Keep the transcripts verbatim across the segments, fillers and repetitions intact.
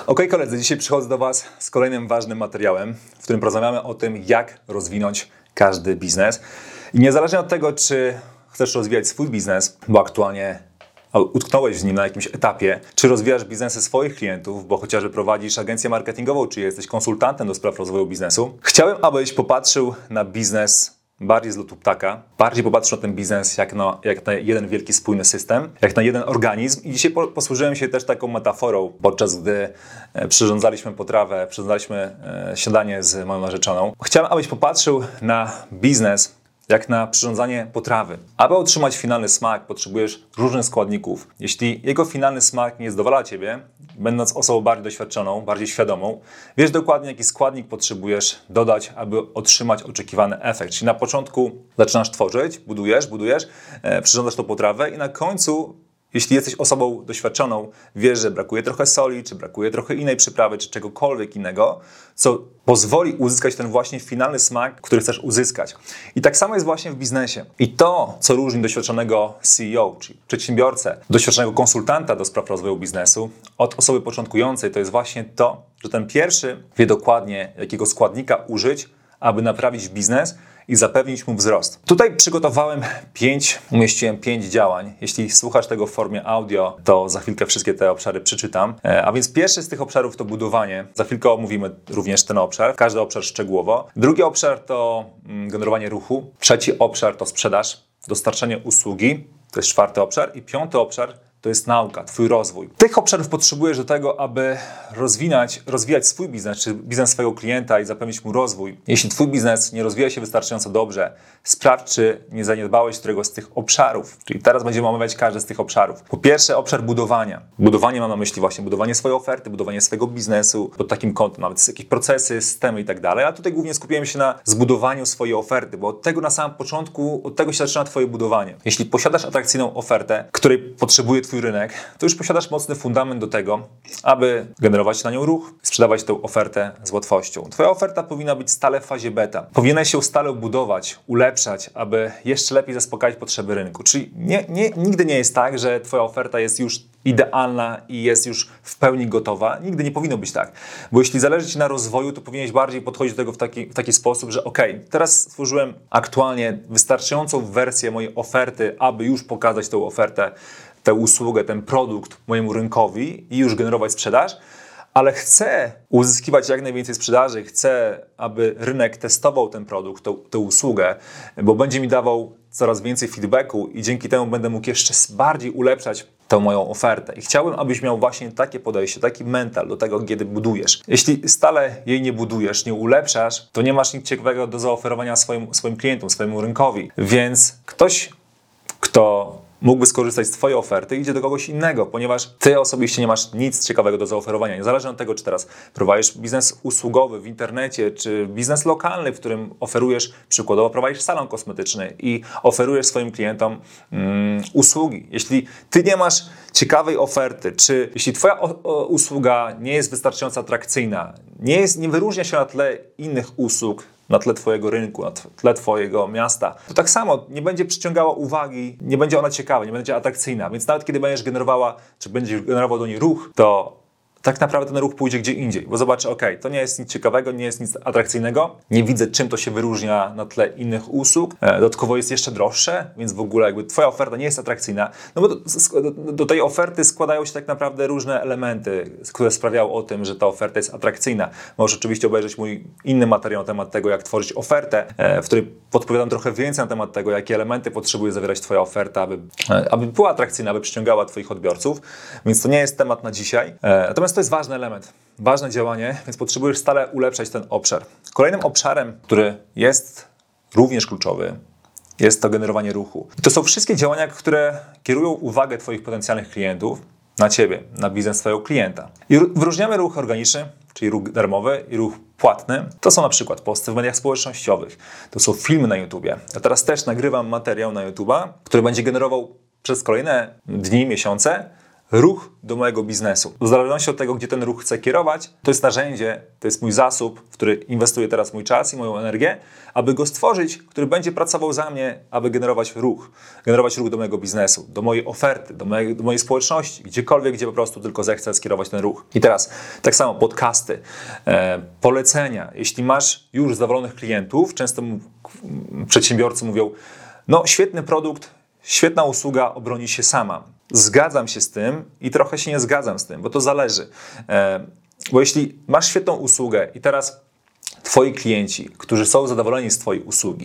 Ok, koledzy, dzisiaj przychodzę do Was z kolejnym ważnym materiałem, w którym porozmawiamy o tym, jak rozwinąć każdy biznes. I niezależnie od tego, czy chcesz rozwijać swój biznes, bo aktualnie utknąłeś w nim na jakimś etapie, czy rozwijasz biznesy swoich klientów, bo chociażby prowadzisz agencję marketingową, czy jesteś konsultantem do spraw rozwoju biznesu, chciałem, abyś popatrzył na biznes bardziej z lotu ptaka, bardziej popatrzył na ten biznes jak na, jak na jeden wielki, spójny system, jak na jeden organizm. I dzisiaj po, posłużyłem się też taką metaforą, podczas gdy e, przyrządzaliśmy potrawę, przyrządzaliśmy e, śniadanie z moją narzeczoną. Chciałem, abyś popatrzył na biznes jak na przyrządzanie potrawy. Aby otrzymać finalny smak, potrzebujesz różnych składników. Jeśli jego finalny smak nie zadowala Ciebie, będąc osobą bardziej doświadczoną, bardziej świadomą, wiesz dokładnie, jaki składnik potrzebujesz dodać, aby otrzymać oczekiwany efekt. Czyli na początku zaczynasz tworzyć, budujesz, budujesz, e, przyrządzasz tą potrawę i na końcu, jeśli jesteś osobą doświadczoną, wiesz, że brakuje trochę soli, czy brakuje trochę innej przyprawy, czy czegokolwiek innego, co pozwoli uzyskać ten właśnie finalny smak, który chcesz uzyskać. I tak samo jest właśnie w biznesie. I to, co różni doświadczonego C E O, czyli przedsiębiorcę, doświadczonego konsultanta do spraw rozwoju biznesu, od osoby początkującej, to jest właśnie to, że ten pierwszy wie dokładnie, jakiego składnika użyć, aby naprawić biznes i zapewnić mu wzrost. Tutaj przygotowałem pięć, umieściłem pięć działań. Jeśli słuchasz tego w formie audio, to za chwilkę wszystkie te obszary przeczytam. A więc pierwszy z tych obszarów to budowanie. Za chwilkę omówimy również ten obszar, każdy obszar szczegółowo. Drugi obszar to generowanie ruchu. Trzeci obszar to sprzedaż, dostarczanie usługi. To jest czwarty obszar. I piąty obszar to jest nauka, Twój rozwój. Tych obszarów potrzebujesz do tego, aby rozwinać, rozwijać swój biznes, czy biznes swojego klienta i zapewnić mu rozwój. Jeśli Twój biznes nie rozwija się wystarczająco dobrze, sprawdź, czy nie zaniedbałeś któregoś z tych obszarów. Czyli teraz będziemy omawiać każdy z tych obszarów. Po pierwsze, obszar budowania. Budowanie mam na myśli właśnie budowanie swojej oferty, budowanie swojego biznesu pod takim kątem, nawet jakieś procesy, systemy i tak dalej. A tutaj głównie skupiamy się na zbudowaniu swojej oferty, bo od tego na samym początku, od tego się zaczyna Twoje budowanie. Jeśli posiadasz atrakcyjną ofertę, której potrzebuje Twój rynek, to już posiadasz mocny fundament do tego, aby generować na nią ruch, sprzedawać tę ofertę z łatwością. Twoja oferta powinna być stale w fazie beta. Powinieneś się stale budować, ulepszać, aby jeszcze lepiej zaspokajać potrzeby rynku. Czyli nie, nie, nigdy nie jest tak, że Twoja oferta jest już idealna i jest już w pełni gotowa. Nigdy nie powinno być tak. Bo jeśli zależy Ci na rozwoju, to powinieneś bardziej podchodzić do tego w taki, w taki sposób, że ok, teraz stworzyłem aktualnie wystarczającą wersję mojej oferty, aby już pokazać tę ofertę, tę usługę, ten produkt mojemu rynkowi i już generować sprzedaż, ale chcę uzyskiwać jak najwięcej sprzedaży, chcę, aby rynek testował ten produkt, tę, tę usługę, bo będzie mi dawał coraz więcej feedbacku i dzięki temu będę mógł jeszcze bardziej ulepszać tę moją ofertę. I chciałbym, abyś miał właśnie takie podejście, taki mental do tego, kiedy budujesz. Jeśli stale jej nie budujesz, nie ulepszasz, to nie masz nic ciekawego do zaoferowania swoim, swoim klientom, swojemu rynkowi. Więc ktoś, kto mógłby skorzystać z Twojej oferty, idzie do kogoś innego, ponieważ Ty osobiście nie masz nic ciekawego do zaoferowania. Niezależnie od tego, czy teraz prowadzisz biznes usługowy w internecie, czy biznes lokalny, w którym oferujesz, przykładowo prowadzisz salon kosmetyczny i oferujesz swoim klientom mm, usługi. Jeśli Ty nie masz ciekawej oferty, czy jeśli Twoja o, o, usługa nie jest wystarczająco atrakcyjna, nie, jest, nie wyróżnia się na tle innych usług, na tle Twojego rynku, na tle Twojego miasta, to tak samo nie będzie przyciągała uwagi, nie będzie ona ciekawa, nie będzie atrakcyjna. Więc nawet kiedy będziesz generowała, czy będziesz generował do niej ruch, to tak naprawdę ten ruch pójdzie gdzie indziej, bo zobaczy, ok, to nie jest nic ciekawego, nie jest nic atrakcyjnego, nie widzę, czym to się wyróżnia na tle innych usług, dodatkowo jest jeszcze droższe, więc w ogóle jakby Twoja oferta nie jest atrakcyjna, no bo do, do, do tej oferty składają się tak naprawdę różne elementy, które sprawiają o tym, że ta oferta jest atrakcyjna. Możesz oczywiście obejrzeć mój inny materiał na temat tego, jak tworzyć ofertę, w której podpowiadam trochę więcej na temat tego, jakie elementy potrzebuje zawierać Twoja oferta, aby, aby była atrakcyjna, aby przyciągała Twoich odbiorców, więc to nie jest temat na dzisiaj. Natomiast to jest ważny element, ważne działanie, więc potrzebujesz stale ulepszać ten obszar. Kolejnym obszarem, który jest również kluczowy, jest to generowanie ruchu. I to są wszystkie działania, które kierują uwagę Twoich potencjalnych klientów na Ciebie, na biznes Twojego klienta. I wyróżniamy ruch organiczny, czyli ruch darmowy i ruch płatny. To są na przykład posty w mediach społecznościowych, to są filmy na YouTubie. Ja teraz też nagrywam materiał na YouTube'a, który będzie generował przez kolejne dni, miesiące ruch do mojego biznesu. W zależności od tego, gdzie ten ruch chcę kierować, to jest narzędzie, to jest mój zasób, w który inwestuję teraz mój czas i moją energię, aby go stworzyć, który będzie pracował za mnie, aby generować ruch. Generować ruch do mojego biznesu, do mojej oferty, do mojej, do mojej społeczności, gdziekolwiek, gdzie po prostu tylko zechcę skierować ten ruch. I teraz tak samo podcasty, e, polecenia. Jeśli masz już zadowolonych klientów, często m- przedsiębiorcy mówią, no świetny produkt, świetna usługa obroni się sama. Zgadzam się z tym i trochę się nie zgadzam z tym, bo to zależy. E, bo jeśli masz świetną usługę i teraz twoi klienci, którzy są zadowoleni z twojej usługi,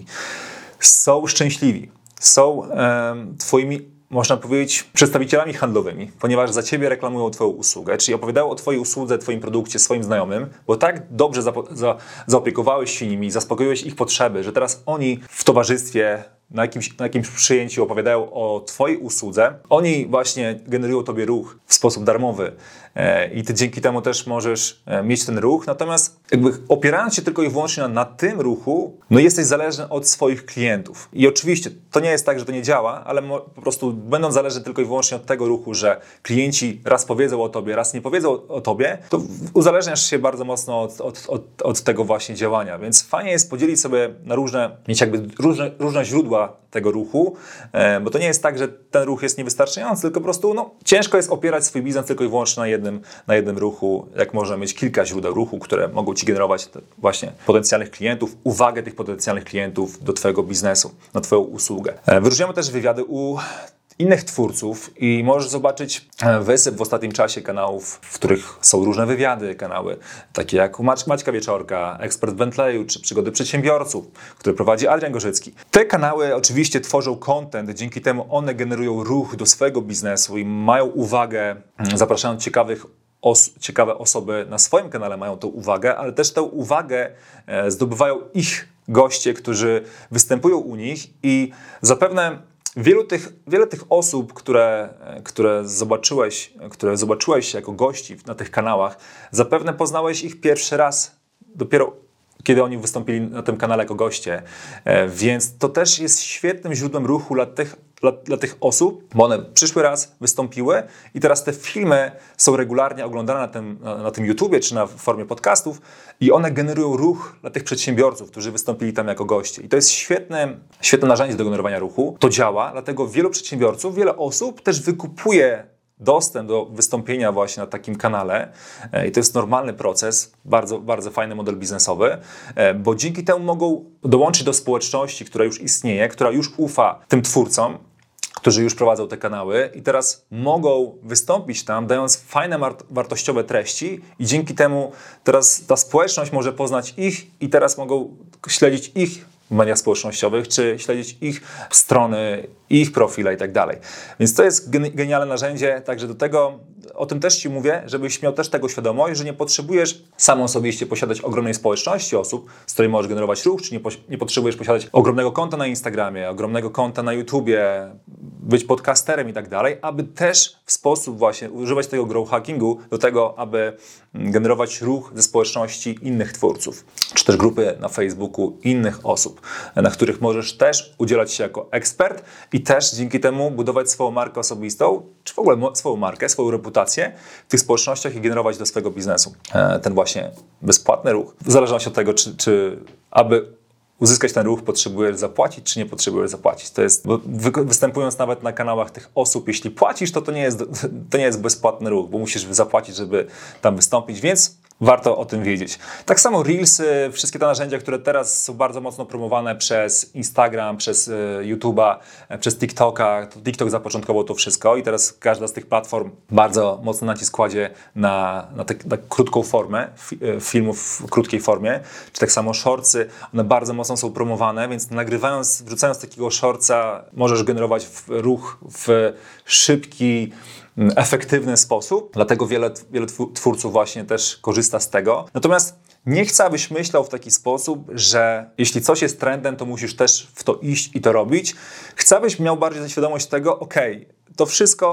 są szczęśliwi, są e, twoimi, można powiedzieć, przedstawicielami handlowymi, ponieważ za ciebie reklamują twoją usługę, czyli opowiadają o twojej usłudze, twoim produkcie, swoim znajomym, bo tak dobrze zapo- za, zaopiekowałeś się nimi, zaspokoiłeś ich potrzeby, że teraz oni w towarzystwie na jakimś, na jakimś przyjęciu opowiadają o twojej usłudze, oni właśnie generują tobie ruch w sposób darmowy e, i ty dzięki temu też możesz e, mieć ten ruch, natomiast jakby opierając się tylko i wyłącznie na, na tym ruchu, no jesteś zależny od swoich klientów. I oczywiście to nie jest tak, że to nie działa, ale mo, po prostu będąc zależny tylko i wyłącznie od tego ruchu, że klienci raz powiedzą o tobie, raz nie powiedzą o tobie, to uzależniasz się bardzo mocno od, od, od, od tego właśnie działania, więc fajnie jest podzielić sobie na różne, mieć jakby różne, różne źródła tego ruchu, bo to nie jest tak, że ten ruch jest niewystarczający, tylko po prostu no, ciężko jest opierać swój biznes tylko i wyłącznie na jednym, na jednym ruchu, jak można mieć kilka źródeł ruchu, które mogą ci generować właśnie potencjalnych klientów, uwagę tych potencjalnych klientów do twojego biznesu, na twoją usługę. Wyróżniamy też wywiady u innych twórców i możesz zobaczyć wysyp w ostatnim czasie kanałów, w których są różne wywiady, kanały takie jak u Maćka Wieczorka, Ekspert w Bentleyu czy Przygody Przedsiębiorców, które prowadzi Adrian Gorzycki. Te kanały oczywiście tworzą content, dzięki temu one generują ruch do swojego biznesu i mają uwagę, zapraszając ciekawych Os- ciekawe osoby na swoim kanale mają tą uwagę, ale też tę uwagę e, zdobywają ich goście, którzy występują u nich i zapewne Wielu tych, wiele tych osób, które, które, zobaczyłeś, które zobaczyłeś jako gości na tych kanałach, zapewne poznałeś ich pierwszy raz dopiero kiedy oni wystąpili na tym kanale jako goście. Więc to też jest świetnym źródłem ruchu dla tych, dla, dla tych osób, bo one przyszły raz, wystąpiły i teraz te filmy są regularnie oglądane na tym, na, na tym YouTubie czy na formie podcastów i one generują ruch dla tych przedsiębiorców, którzy wystąpili tam jako goście. I to jest świetne, świetne narzędzie do generowania ruchu. To działa, dlatego wielu przedsiębiorców, wiele osób też wykupuje dostęp do wystąpienia właśnie na takim kanale i to jest normalny proces, bardzo, bardzo fajny model biznesowy, bo dzięki temu mogą dołączyć do społeczności, która już istnieje, która już ufa tym twórcom, którzy już prowadzą te kanały i teraz mogą wystąpić tam, dając fajne, wartościowe treści i dzięki temu teraz ta społeczność może poznać ich i teraz mogą śledzić ich w mediach społecznościowych, czy śledzić ich strony, ich profile i tak dalej. Więc to jest genialne narzędzie, także do tego, o tym też Ci mówię, żebyś miał też tego świadomość, że nie potrzebujesz sam osobiście posiadać ogromnej społeczności osób, z której możesz generować ruch, czy nie, po, nie potrzebujesz posiadać ogromnego konta na Instagramie, ogromnego konta na YouTubie, być podcasterem i tak dalej, aby też w sposób właśnie używać tego growth hackingu do tego, aby generować ruch ze społeczności innych twórców, czy też grupy na Facebooku innych osób, na których możesz też udzielać się jako ekspert i też dzięki temu budować swoją markę osobistą, czy w ogóle swoją markę, swoją reputację w tych społecznościach i generować do swojego biznesu ten właśnie bezpłatny ruch. W zależności od tego, czy, czy aby uzyskać ten ruch, potrzebujesz zapłacić, czy nie potrzebujesz zapłacić. To jest, bo występując nawet na kanałach tych osób, jeśli płacisz, to to nie jest, to nie jest bezpłatny ruch, bo musisz zapłacić, żeby tam wystąpić, więc warto o tym wiedzieć. Tak samo Reelsy, wszystkie te narzędzia, które teraz są bardzo mocno promowane przez Instagram, przez YouTube'a, przez TikToka. TikTok zapoczątkował to wszystko i teraz każda z tych platform bardzo mocno nacisk kładzie na, na, te, na krótką formę, filmów w krótkiej formie, czy tak samo shortsy, one bardzo mocno są promowane, więc nagrywając, wrzucając takiego shortsa możesz generować ruch w szybki, efektywny sposób, dlatego wiele, wiele twórców właśnie też korzysta z tego. Natomiast nie chcę, abyś myślał w taki sposób, że jeśli coś jest trendem, to musisz też w to iść i to robić. Chcę, abyś miał bardziej świadomość tego, okej, to wszystko,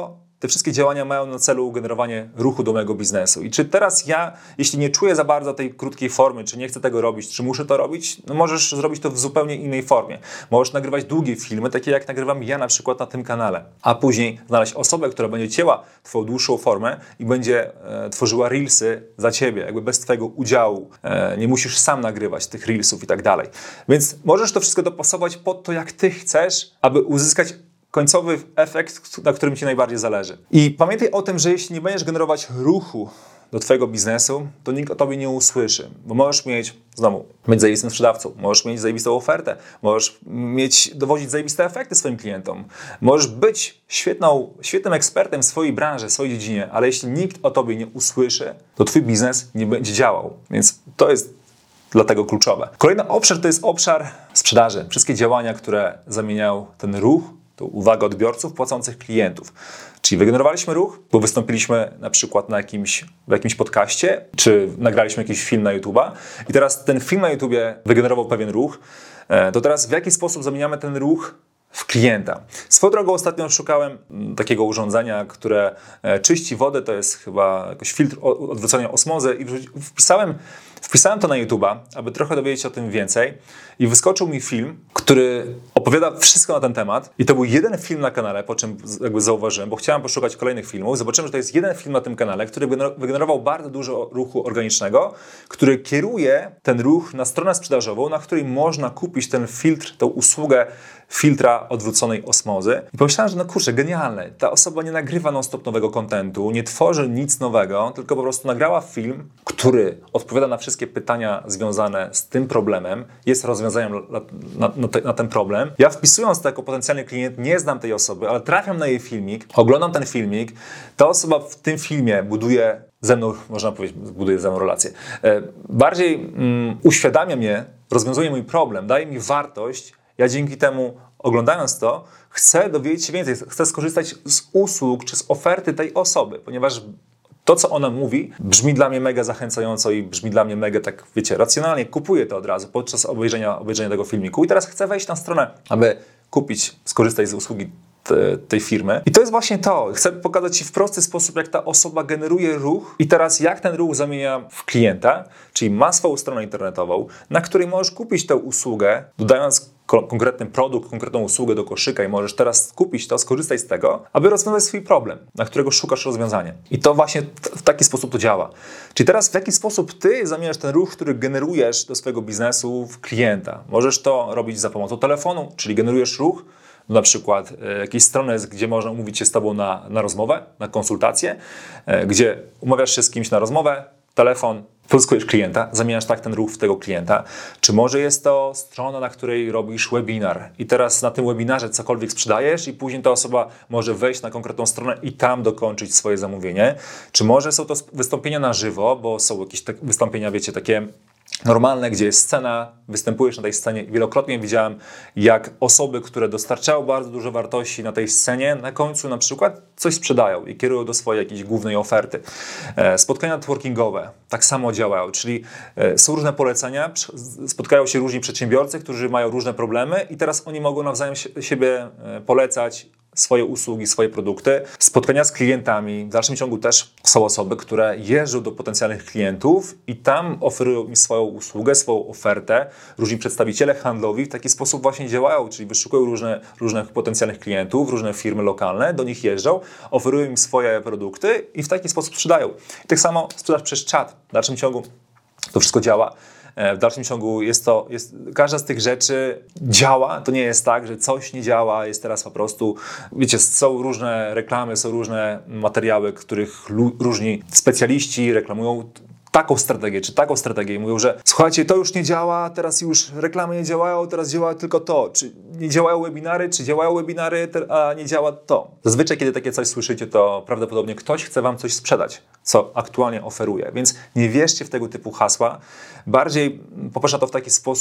te wszystkie działania mają na celu generowanie ruchu do mojego biznesu. I czy teraz ja, jeśli nie czuję za bardzo tej krótkiej formy, czy nie chcę tego robić, czy muszę to robić, no możesz zrobić to w zupełnie innej formie. Możesz nagrywać długie filmy, takie jak nagrywam ja na przykład na tym kanale, a później znaleźć osobę, która będzie cięła twoją dłuższą formę i będzie e, tworzyła reelsy za ciebie, jakby bez twojego udziału. E, nie musisz sam nagrywać tych reelsów i tak dalej. Więc możesz to wszystko dopasować pod to, jak ty chcesz, aby uzyskać końcowy efekt, na którym ci najbardziej zależy. I pamiętaj o tym, że jeśli nie będziesz generować ruchu do twojego biznesu, to nikt o tobie nie usłyszy, bo możesz mieć, znowu, być zajebistym sprzedawcą, możesz mieć zajebistą ofertę, możesz mieć, dowodzić zajebiste efekty swoim klientom, możesz być świetną, świetnym ekspertem w swojej branży, w swojej dziedzinie, ale jeśli nikt o tobie nie usłyszy, to twój biznes nie będzie działał, więc to jest dlatego kluczowe. Kolejny obszar to jest obszar sprzedaży. Wszystkie działania, które zamieniają ten ruch, tą uwagę odbiorców, płacących klientów. Czyli wygenerowaliśmy ruch, bo wystąpiliśmy na przykład na jakimś, w jakimś podcaście, czy nagraliśmy jakiś film na YouTube'a i teraz ten film na YouTubie wygenerował pewien ruch, to teraz w jaki sposób zamieniamy ten ruch w klienta. Swoją drogą ostatnio szukałem takiego urządzenia, które czyści wodę, to jest chyba jakiś filtr odwrócenia osmozy i wpisałem, wpisałem to na YouTube'a, aby trochę dowiedzieć się o tym więcej i wyskoczył mi film, który opowiada wszystko na ten temat i to był jeden film na kanale, po czym jakby zauważyłem, bo chciałem poszukać kolejnych filmów, zobaczyłem, że to jest jeden film na tym kanale, który wygenerował bardzo dużo ruchu organicznego, który kieruje ten ruch na stronę sprzedażową, na której można kupić ten filtr, tą usługę filtra odwróconej osmozy. I pomyślałem, że no kurczę, genialne. Ta osoba nie nagrywa non-stop nowego kontentu, nie tworzy nic nowego, tylko po prostu nagrała film, który odpowiada na wszystkie pytania związane z tym problemem, jest rozwiązaniem na, na, na, te, na ten problem. Ja wpisując to jako potencjalny klient, nie znam tej osoby, ale trafiam na jej filmik, oglądam ten filmik, ta osoba w tym filmie buduje ze mną, można powiedzieć, buduje ze mną relację. Bardziej mm, uświadamia mnie, rozwiązuje mój problem, daje mi wartość. Ja dzięki temu, oglądając to, chcę dowiedzieć się więcej, chcę skorzystać z usług czy z oferty tej osoby, ponieważ to, co ona mówi, brzmi dla mnie mega zachęcająco i brzmi dla mnie mega, tak wiecie, racjonalnie. Kupuję to od razu podczas obejrzenia, obejrzenia tego filmiku i teraz chcę wejść na stronę, aby kupić, skorzystać z usługi te, tej firmy. I to jest właśnie to. Chcę pokazać Ci w prosty sposób, jak ta osoba generuje ruch i teraz jak ten ruch zamienia w klienta, czyli ma swoją stronę internetową, na której możesz kupić tę usługę, dodając konkretny produkt, konkretną usługę do koszyka i możesz teraz kupić to, skorzystać z tego, aby rozwiązać swój problem, na którego szukasz rozwiązania. I to właśnie w taki sposób to działa. Czyli teraz w jaki sposób Ty zamieniasz ten ruch, który generujesz do swojego biznesu w klienta. Możesz to robić za pomocą telefonu, czyli generujesz ruch, na przykład e, jakieś strony, gdzie można umówić się z Tobą na, na rozmowę, na konsultację, e, gdzie umawiasz się z kimś na rozmowę, telefon, pozyskujesz klienta, zamieniasz tak ten ruch w tego klienta. Czy może jest to strona, na której robisz webinar i teraz na tym webinarze cokolwiek sprzedajesz i później ta osoba może wejść na konkretną stronę i tam dokończyć swoje zamówienie. Czy może są to wystąpienia na żywo, bo są jakieś te wystąpienia, wiecie, takie normalne, gdzie jest scena, występujesz na tej scenie. Wielokrotnie widziałem, jak osoby, które dostarczały bardzo dużo wartości na tej scenie, na końcu na przykład coś sprzedają i kierują do swojej jakiejś głównej oferty. Spotkania networkingowe tak samo działają, czyli są różne polecenia, spotkają się różni przedsiębiorcy, którzy mają różne problemy i teraz oni mogą nawzajem siebie polecać, swoje usługi, swoje produkty. Spotkania z klientami. W dalszym ciągu też są osoby, które jeżdżą do potencjalnych klientów i tam oferują im swoją usługę, swoją ofertę. Różni przedstawiciele handlowi w taki sposób właśnie działają, czyli wyszukują różne, różnych potencjalnych klientów, różne firmy lokalne, do nich jeżdżą, oferują im swoje produkty i w taki sposób sprzedają. I tak samo sprzedaż przez czat. W dalszym ciągu to wszystko działa. W dalszym ciągu jest to, jest, każda z tych rzeczy działa, to nie jest tak, że coś nie działa, jest teraz po prostu, wiecie, są różne reklamy, są różne materiały, których lu, różni specjaliści reklamują taką strategię, czy taką strategię i mówią, że słuchajcie, to już nie działa, teraz już reklamy nie działają, teraz działa tylko to, czy nie działają webinary, czy działają webinary, a nie działa to. Zazwyczaj, kiedy takie coś słyszycie, to prawdopodobnie ktoś chce wam coś sprzedać, co aktualnie oferuje, więc nie wierzcie w tego typu hasła, bardziej popatrz na to w taki sposób,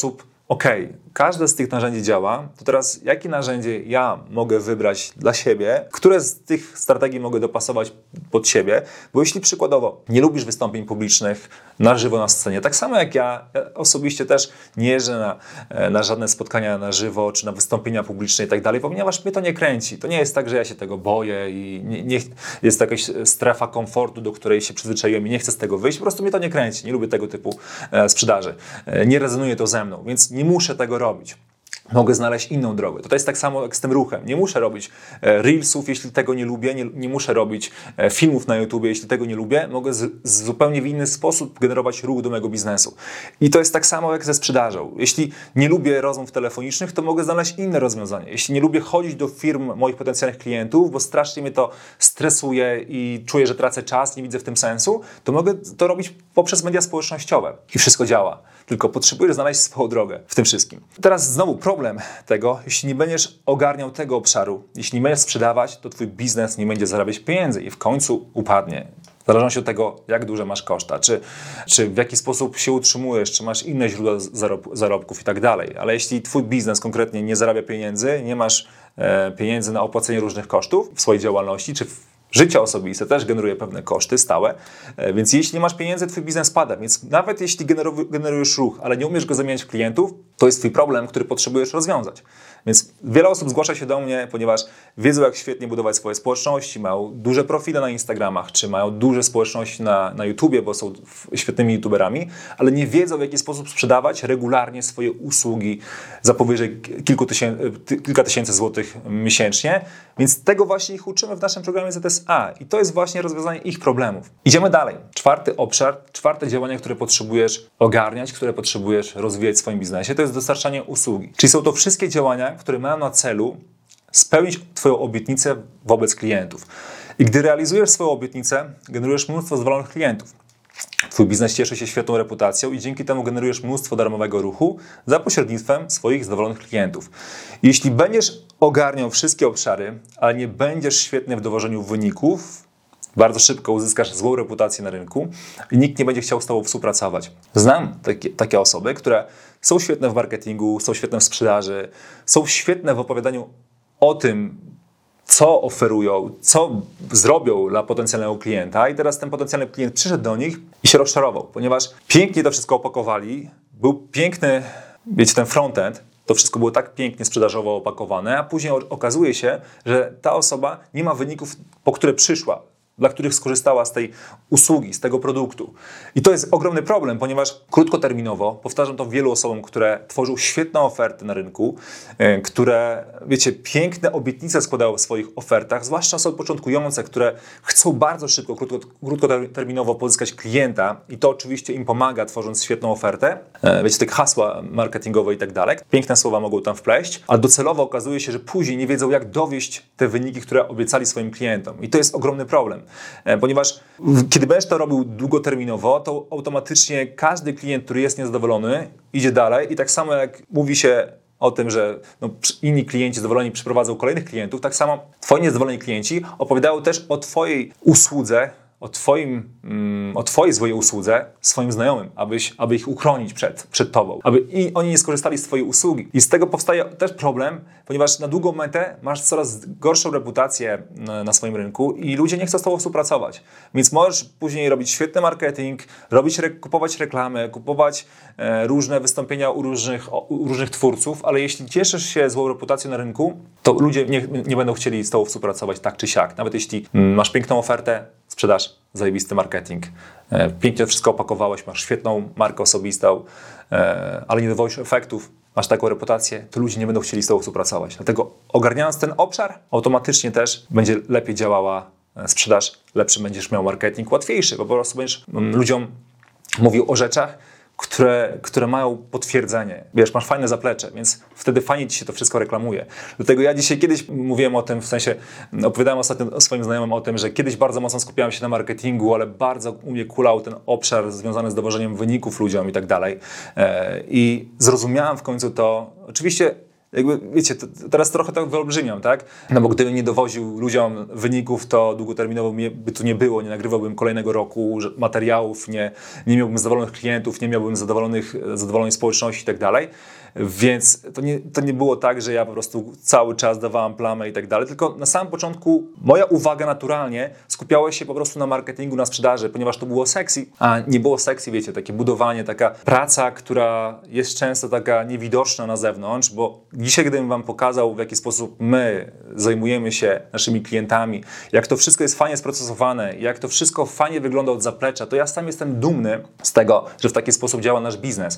okej, okay, każde z tych narzędzi działa, to teraz jakie narzędzie ja mogę wybrać dla siebie, które z tych strategii mogę dopasować pod siebie, bo jeśli przykładowo nie lubisz wystąpień publicznych na żywo na scenie, tak samo jak ja, ja osobiście też nie jeżdżę na, na żadne spotkania na żywo, czy na wystąpienia publiczne i tak dalej, ponieważ mnie to nie kręci. To nie jest tak, że ja się tego boję i nie, nie, jest to jakaś strefa komfortu, do której się przyzwyczaiłem i nie chcę z tego wyjść, po prostu mnie to nie kręci, nie lubię tego typu e, sprzedaży. E, nie rezonuje to ze mną, więc nie muszę tego robić. Mogę znaleźć inną drogę. To jest tak samo jak z tym ruchem. Nie muszę robić reelsów, jeśli tego nie lubię. Nie, nie muszę robić filmów na YouTubie, jeśli tego nie lubię. Mogę z, z zupełnie w inny sposób generować ruch do mojego biznesu. I to jest tak samo jak ze sprzedażą. Jeśli nie lubię rozmów telefonicznych, to mogę znaleźć inne rozwiązanie. Jeśli nie lubię chodzić do firm moich potencjalnych klientów, bo strasznie mnie to stresuje i czuję, że tracę czas, nie widzę w tym sensu, to mogę to robić poprzez media społecznościowe. I wszystko działa. Tylko potrzebujesz znaleźć swoją drogę w tym wszystkim. Teraz znowu problem tego, jeśli nie będziesz ogarniał tego obszaru, jeśli nie będziesz sprzedawać, to twój biznes nie będzie zarabiać pieniędzy i w końcu upadnie. W zależności od tego, jak duże masz koszta, czy, czy w jaki sposób się utrzymujesz, czy masz inne źródła zarob, zarobków i tak dalej. Ale jeśli twój biznes konkretnie nie zarabia pieniędzy, nie masz e, pieniędzy na opłacenie różnych kosztów w swojej działalności, czy w życie osobiste też generuje pewne koszty stałe, więc jeśli nie masz pieniędzy, twój biznes pada. Więc nawet jeśli generujesz ruch, ale nie umiesz go zamieniać w klientów, to jest twój problem, który potrzebujesz rozwiązać. Więc wiele osób zgłasza się do mnie, ponieważ wiedzą, jak świetnie budować swoje społeczności, mają duże profile na Instagramach, czy mają duże społeczności na, na YouTubie, bo są świetnymi YouTuberami, ale nie wiedzą, w jaki sposób sprzedawać regularnie swoje usługi za powyżej kilku tysięcy, kilka tysięcy złotych miesięcznie. Więc tego właśnie ich uczymy w naszym programie Z S A i to jest właśnie rozwiązanie ich problemów. Idziemy dalej. Czwarty obszar, czwarte działanie, które potrzebujesz ogarniać, które potrzebujesz rozwijać w swoim biznesie, to jest dostarczanie usługi. Czyli są to wszystkie działania, które mają na celu spełnić twoją obietnicę wobec klientów. I gdy realizujesz swoją obietnicę, generujesz mnóstwo zadowolonych klientów. Twój biznes cieszy się świetną reputacją i dzięki temu generujesz mnóstwo darmowego ruchu za pośrednictwem swoich zadowolonych klientów. Jeśli będziesz ogarniał wszystkie obszary, ale nie będziesz świetny w dowożeniu wyników, bardzo szybko uzyskasz złą reputację na rynku i nikt nie będzie chciał z tobą współpracować. Znam takie, takie osoby, które są świetne w marketingu, są świetne w sprzedaży, są świetne w opowiadaniu o tym, co oferują, co zrobią dla potencjalnego klienta i teraz ten potencjalny klient przyszedł do nich i się rozczarował, ponieważ pięknie to wszystko opakowali, był piękny, wiecie, ten frontend, to wszystko było tak pięknie sprzedażowo opakowane, a później okazuje się, że ta osoba nie ma wyników, po które przyszła, dla których skorzystała z tej usługi, z tego produktu. I to jest ogromny problem, ponieważ krótkoterminowo, powtarzam to wielu osobom, które tworzą świetne oferty na rynku, które, wiecie, piękne obietnice składają w swoich ofertach, zwłaszcza osoby początkujące, które chcą bardzo szybko, krótko, krótkoterminowo pozyskać klienta i to oczywiście im pomaga, tworząc świetną ofertę. Wiecie, te hasła marketingowe i tak dalej. Piękne słowa mogą tam wpleść, a docelowo okazuje się, że później nie wiedzą, jak dowieść te wyniki, które obiecali swoim klientom. I to jest ogromny problem. Ponieważ kiedy będziesz to robił długoterminowo, to automatycznie każdy klient, który jest niezadowolony, idzie dalej i tak samo jak mówi się o tym, że no, inni klienci zadowoleni przyprowadzą kolejnych klientów, tak samo twoi niezadowoleni klienci opowiadają też o twojej usłudze, o, twoim, mm, o twojej złej usłudze swoim znajomym, abyś, aby ich uchronić przed, przed tobą, aby i oni nie skorzystali z twojej usługi. I z tego powstaje też problem, ponieważ na długą metę masz coraz gorszą reputację na, na swoim rynku i ludzie nie chcą z tobą współpracować. Więc możesz później robić świetny marketing, robić, re, kupować reklamy, kupować e, różne wystąpienia u różnych, o, u różnych twórców, ale jeśli cieszysz się złą reputacją na rynku, to ludzie nie, nie będą chcieli z tobą współpracować tak czy siak. Nawet jeśli masz piękną ofertę, sprzedaż, zajebisty marketing, pięknie to wszystko opakowałeś, masz świetną markę osobistą, ale nie dowolisz efektów, masz taką reputację, to ludzie nie będą chcieli z tobą współpracować. Dlatego ogarniając ten obszar, automatycznie też będzie lepiej działała sprzedaż, lepszy będziesz miał marketing, łatwiejszy, bo po prostu będziesz ludziom mówił o rzeczach, Które, które mają potwierdzenie. Wiesz, masz fajne zaplecze, więc wtedy fajnie ci się to wszystko reklamuje. Dlatego ja dzisiaj kiedyś mówiłem o tym, w sensie opowiadałem ostatnio swoim znajomym o tym, że kiedyś bardzo mocno skupiałem się na marketingu, ale bardzo u mnie kulał ten obszar związany z dowożeniem wyników ludziom i tak dalej. I zrozumiałem w końcu to, oczywiście jakby, wiecie, to, teraz trochę tak wyolbrzymiam, tak? No bo gdybym nie dowoził ludziom wyników, to długoterminowo by tu nie było, nie nagrywałbym kolejnego roku materiałów, nie, nie miałbym zadowolonych klientów, nie miałbym zadowolonych, zadowolonej społeczności i tak dalej. Więc to nie, to nie było tak, że ja po prostu cały czas dawałam plamę i tak dalej, tylko na samym początku moja uwaga naturalnie skupiała się po prostu na marketingu, na sprzedaży, ponieważ to było sexy, a nie było sexy, wiecie, takie budowanie, taka praca, która jest często taka niewidoczna na zewnątrz, bo dzisiaj, gdybym wam pokazał, w jaki sposób my zajmujemy się naszymi klientami, jak to wszystko jest fajnie sprocesowane, jak to wszystko fajnie wygląda od zaplecza, to ja sam jestem dumny z tego, że w taki sposób działa nasz biznes,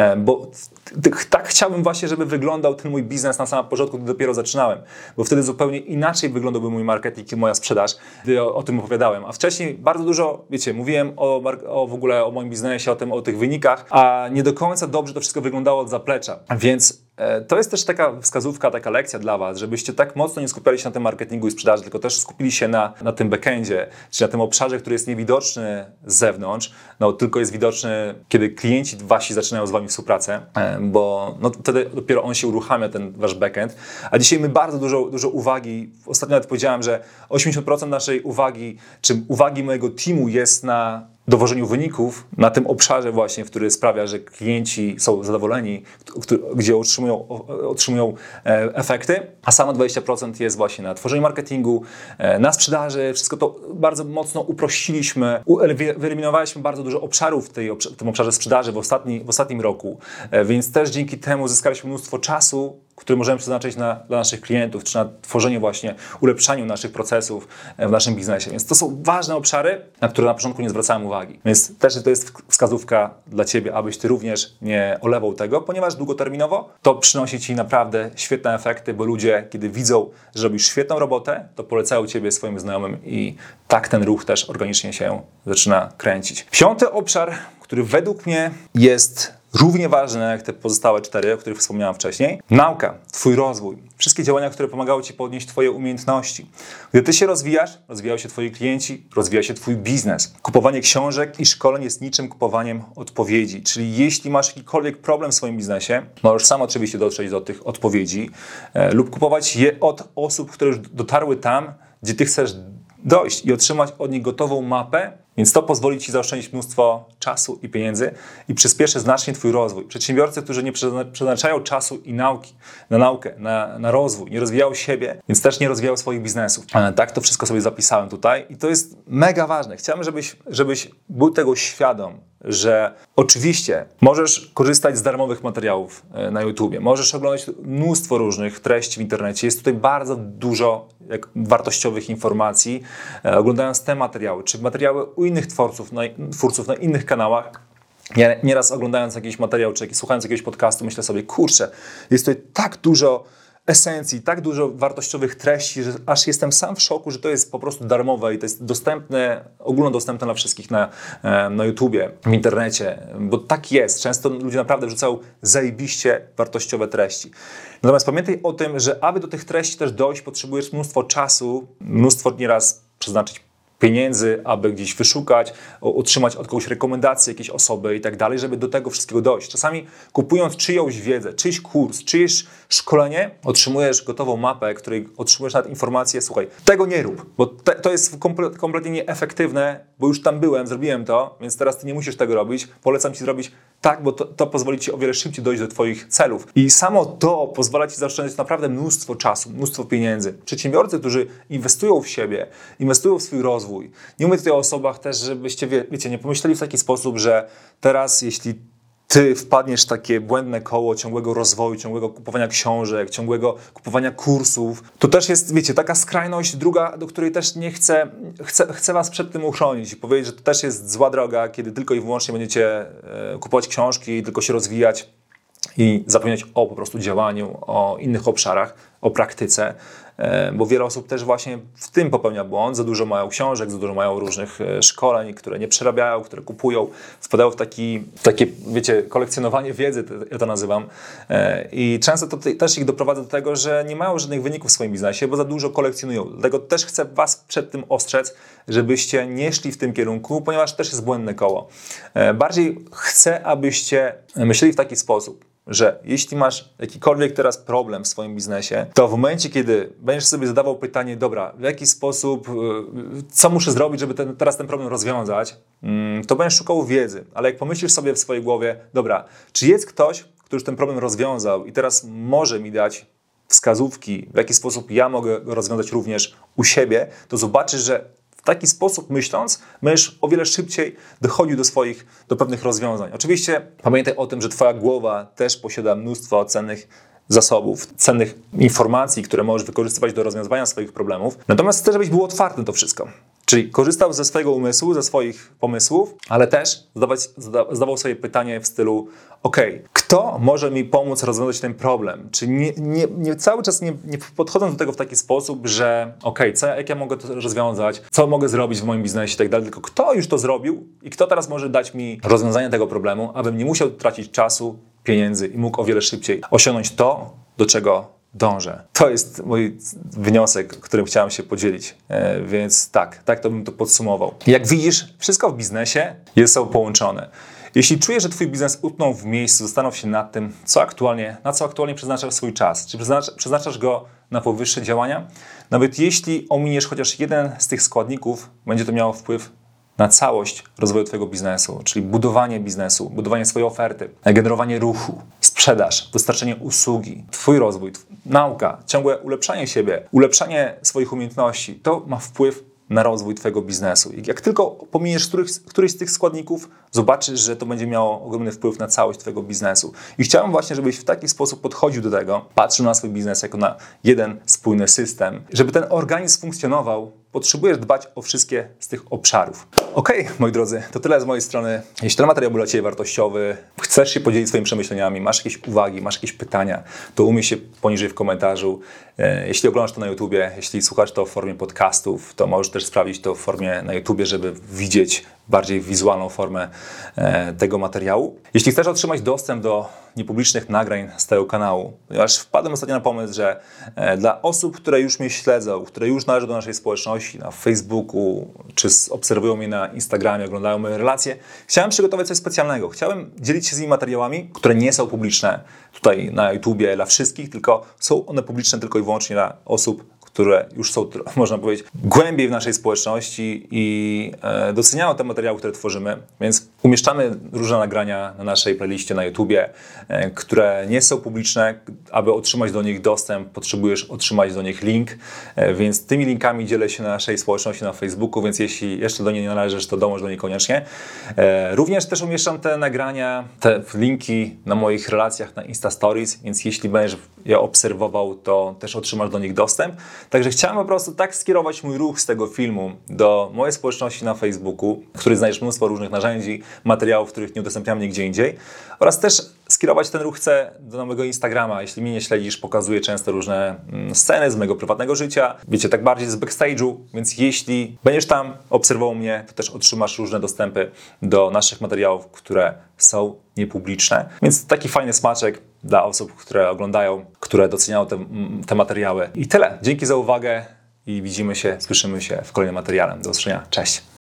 bo tak chciałbym właśnie, żeby wyglądał ten mój biznes na samym początku, gdy dopiero zaczynałem, bo wtedy zupełnie inaczej wyglądałby mój marketing i moja sprzedaż, gdy o, o tym opowiadałem. A wcześniej bardzo dużo, wiecie, mówiłem o, o w ogóle o moim biznesie, o tym, o tych wynikach, a nie do końca dobrze to wszystko wyglądało od zaplecza. Więc e, to jest też taka wskazówka, taka lekcja dla was, żebyście tak mocno nie skupiali się na tym marketingu i sprzedaży, tylko też skupili się na, na tym backendzie, czy na tym obszarze, który jest niewidoczny z zewnątrz, no tylko jest widoczny, kiedy klienci wasi zaczynają z wami współpracę, e, bo no, wtedy dopiero on się uruchamia, ten wasz backend. A dzisiaj my bardzo dużo, dużo uwagi, ostatnio nawet powiedziałem, że osiemdziesiąt procent naszej uwagi, czy uwagi mojego teamu jest na dowożeniu wyników, na tym obszarze właśnie, który sprawia, że klienci są zadowoleni, gdzie otrzymują, otrzymują efekty, a samo dwadzieścia procent jest właśnie na tworzeniu marketingu, na sprzedaży. Wszystko to bardzo mocno uprościliśmy, wyeliminowaliśmy bardzo dużo obszarów w, tej, w tym obszarze sprzedaży w, ostatni, w ostatnim roku, więc też dzięki temu zyskaliśmy mnóstwo czasu, który możemy przeznaczyć na, dla naszych klientów, czy na tworzenie właśnie, ulepszaniu naszych procesów w naszym biznesie. Więc to są ważne obszary, na które na początku nie zwracałem uwagi. Więc też to jest wskazówka dla ciebie, abyś ty również nie olewał tego, ponieważ długoterminowo to przynosi ci naprawdę świetne efekty, bo ludzie, kiedy widzą, że robisz świetną robotę, to polecają ciebie swoim znajomym i tak ten ruch też organicznie się zaczyna kręcić. Piąty obszar, który według mnie jest równie ważne jak te pozostałe cztery, o których wspomniałem wcześniej. Nauka, twój rozwój, wszystkie działania, które pomagają ci podnieść twoje umiejętności. Gdy ty się rozwijasz, rozwijają się twoi klienci, rozwija się twój biznes. Kupowanie książek i szkoleń jest niczym kupowaniem odpowiedzi. Czyli jeśli masz jakikolwiek problem w swoim biznesie, możesz sam oczywiście dotrzeć do tych odpowiedzi e, lub kupować je od osób, które już dotarły tam, gdzie ty chcesz dojść i otrzymać od nich gotową mapę, więc to pozwoli ci zaoszczędzić mnóstwo czasu i pieniędzy i przyspieszy znacznie twój rozwój. Przedsiębiorcy, którzy nie przeznaczają czasu i nauki na naukę, na, na rozwój, nie rozwijają siebie, więc też nie rozwijają swoich biznesów. Tak, to wszystko sobie zapisałem tutaj i to jest mega ważne. Chciałbym, żebyś, żebyś był tego świadom, że oczywiście możesz korzystać z darmowych materiałów na YouTubie, możesz oglądać mnóstwo różnych treści w internecie, jest tutaj bardzo dużo jak, wartościowych informacji, e, oglądając te materiały, czy materiały u innych twórców na, twórców na innych kanałach. Ja nieraz oglądając jakiś materiał, czy słuchając jakiegoś podcastu, myślę sobie, kurczę, jest tutaj tak dużo esencji, tak dużo wartościowych treści, że aż jestem sam w szoku, że to jest po prostu darmowe i to jest dostępne, ogólnodostępne dla wszystkich na, na YouTubie, w internecie, bo tak jest. Często ludzie naprawdę wrzucają zajebiście wartościowe treści. Natomiast pamiętaj o tym, że aby do tych treści też dojść, potrzebujesz mnóstwo czasu, mnóstwo nieraz przeznaczyć pieniędzy, aby gdzieś wyszukać, otrzymać od kogoś rekomendacje jakiejś osoby i tak dalej, żeby do tego wszystkiego dojść. Czasami kupując czyjąś wiedzę, czyjś kurs, czyjeś szkolenie, otrzymujesz gotową mapę, której otrzymujesz nawet informację, słuchaj, tego nie rób, bo te, to jest komple- kompletnie nieefektywne, bo już tam byłem, zrobiłem to, więc teraz ty nie musisz tego robić. Polecam ci zrobić tak, bo to, to pozwoli ci o wiele szybciej dojść do twoich celów. I samo to pozwala ci zaoszczędzić naprawdę mnóstwo czasu, mnóstwo pieniędzy. Przedsiębiorcy, którzy inwestują w siebie, inwestują w swój rozwój. Nie mówię tutaj o osobach też, żebyście, wie, wiecie, nie pomyśleli w taki sposób, że teraz, jeśli ty wpadniesz w takie błędne koło ciągłego rozwoju, ciągłego kupowania książek, ciągłego kupowania kursów, to też jest, wiecie, taka skrajność druga, do której też nie chcę, chcę, chcę was przed tym uchronić i powiedzieć, że to też jest zła droga, kiedy tylko i wyłącznie będziecie e, kupować książki, tylko się rozwijać i zapominać o po prostu działaniu, o innych obszarach, o praktyce, bo wiele osób też właśnie w tym popełnia błąd, za dużo mają książek, za dużo mają różnych szkoleń, które nie przerabiają, które kupują, wpadają w taki, w takie, wiecie, kolekcjonowanie wiedzy, ja to nazywam, i często to też ich doprowadza do tego, że nie mają żadnych wyników w swoim biznesie, bo za dużo kolekcjonują. Dlatego też chcę was przed tym ostrzec, żebyście nie szli w tym kierunku, ponieważ też jest błędne koło. Bardziej chcę, abyście myśleli w taki sposób, że jeśli masz jakikolwiek teraz problem w swoim biznesie, to w momencie, kiedy będziesz sobie zadawał pytanie, dobra, w jaki sposób, co muszę zrobić, żeby ten, teraz ten problem rozwiązać, to będziesz szukał wiedzy. Ale jak pomyślisz sobie w swojej głowie, dobra, czy jest ktoś, kto już ten problem rozwiązał i teraz może mi dać wskazówki, w jaki sposób ja mogę go rozwiązać również u siebie, to zobaczysz, że w taki sposób myśląc, będziesz o wiele szybciej dochodził do swoich, do pewnych rozwiązań. Oczywiście pamiętaj o tym, że twoja głowa też posiada mnóstwo cennych zasobów, cennych informacji, które możesz wykorzystywać do rozwiązywania swoich problemów. Natomiast chcę, żebyś był otwarty na to wszystko. Czyli korzystał ze swojego umysłu, ze swoich pomysłów, ale też zadawać, zadawał sobie pytanie w stylu ok, kto może mi pomóc rozwiązać ten problem? Czyli nie, nie, nie cały czas nie, nie podchodząc do tego w taki sposób, że ok, co, jak ja mogę to rozwiązać, co mogę zrobić w moim biznesie i tak dalej, tylko kto już to zrobił i kto teraz może dać mi rozwiązanie tego problemu, abym nie musiał tracić czasu, pieniędzy i mógł o wiele szybciej osiągnąć to, do czego dążę. To jest mój wniosek, którym chciałem się podzielić. E, więc tak, tak to bym to podsumował. Jak widzisz, wszystko w biznesie jest są połączone. Jeśli czujesz, że twój biznes utknął w miejscu, zastanów się nad tym, co aktualnie, na co aktualnie przeznaczasz swój czas. Czy przeznaczasz, przeznaczasz go na powyższe działania? Nawet jeśli ominiesz chociaż jeden z tych składników, będzie to miało wpływ na całość rozwoju twojego biznesu, czyli budowanie biznesu, budowanie swojej oferty, generowanie ruchu, sprzedaż, dostarczenie usługi, twój rozwój, tw- nauka, ciągłe ulepszanie siebie, ulepszanie swoich umiejętności, to ma wpływ na rozwój twojego biznesu. I jak tylko pominiesz któryś, któryś z tych składników, zobaczysz, że to będzie miało ogromny wpływ na całość twojego biznesu. I chciałem właśnie, żebyś w taki sposób podchodził do tego, patrzył na swój biznes jako na jeden spójny system. Żeby ten organizm funkcjonował, potrzebujesz dbać o wszystkie z tych obszarów. Okej, okay, moi drodzy, to tyle z mojej strony. Jeśli ten materiał był dla ciebie wartościowy, chcesz się podzielić swoimi przemyśleniami, masz jakieś uwagi, masz jakieś pytania, to umieść się poniżej w komentarzu. Jeśli oglądasz to na YouTubie, jeśli słuchasz to w formie podcastów, to możesz też sprawdzić to w formie na YouTubie, żeby widzieć bardziej wizualną formę tego materiału. Jeśli chcesz otrzymać dostęp do niepublicznych nagrań z tego kanału, ponieważ wpadłem ostatnio na pomysł, że dla osób, które już mnie śledzą, które już należą do naszej społeczności na Facebooku, czy obserwują mnie na Instagramie, oglądają moje relacje, chciałem przygotować coś specjalnego. Chciałem dzielić się z nimi materiałami, które nie są publiczne tutaj na YouTubie dla wszystkich, tylko są one publiczne tylko i wyłącznie dla osób, które już są, można powiedzieć, głębiej w naszej społeczności i e, doceniają te materiały, które tworzymy, więc umieszczamy różne nagrania na naszej playliście na YouTubie, e, które nie są publiczne. Aby otrzymać do nich dostęp, potrzebujesz otrzymać do nich link, e, więc tymi linkami dzielę się na naszej społeczności na Facebooku, więc jeśli jeszcze do niej nie należysz, to dołącz do niej koniecznie. E, również też umieszczam te nagrania, te linki na moich relacjach na Insta Stories, więc jeśli będziesz je obserwował, to też otrzymasz do nich dostęp. Także chciałem po prostu tak skierować mój ruch z tego filmu do mojej społeczności na Facebooku, w której znajdziesz mnóstwo różnych narzędzi, materiałów, których nie udostępniam nigdzie indziej, oraz też skierować ten ruch chcę do mojego Instagrama. Jeśli mnie nie śledzisz, pokazuję często różne sceny z mojego prywatnego życia, wiecie, tak bardziej z backstage'u, więc jeśli będziesz tam obserwował mnie, to też otrzymasz różne dostępy do naszych materiałów, które są niepubliczne. Więc taki fajny smaczek dla osób, które oglądają, które doceniają te, te materiały. I tyle. Dzięki za uwagę i widzimy się, słyszymy się w kolejnym materiale. Do usłyszenia. Cześć!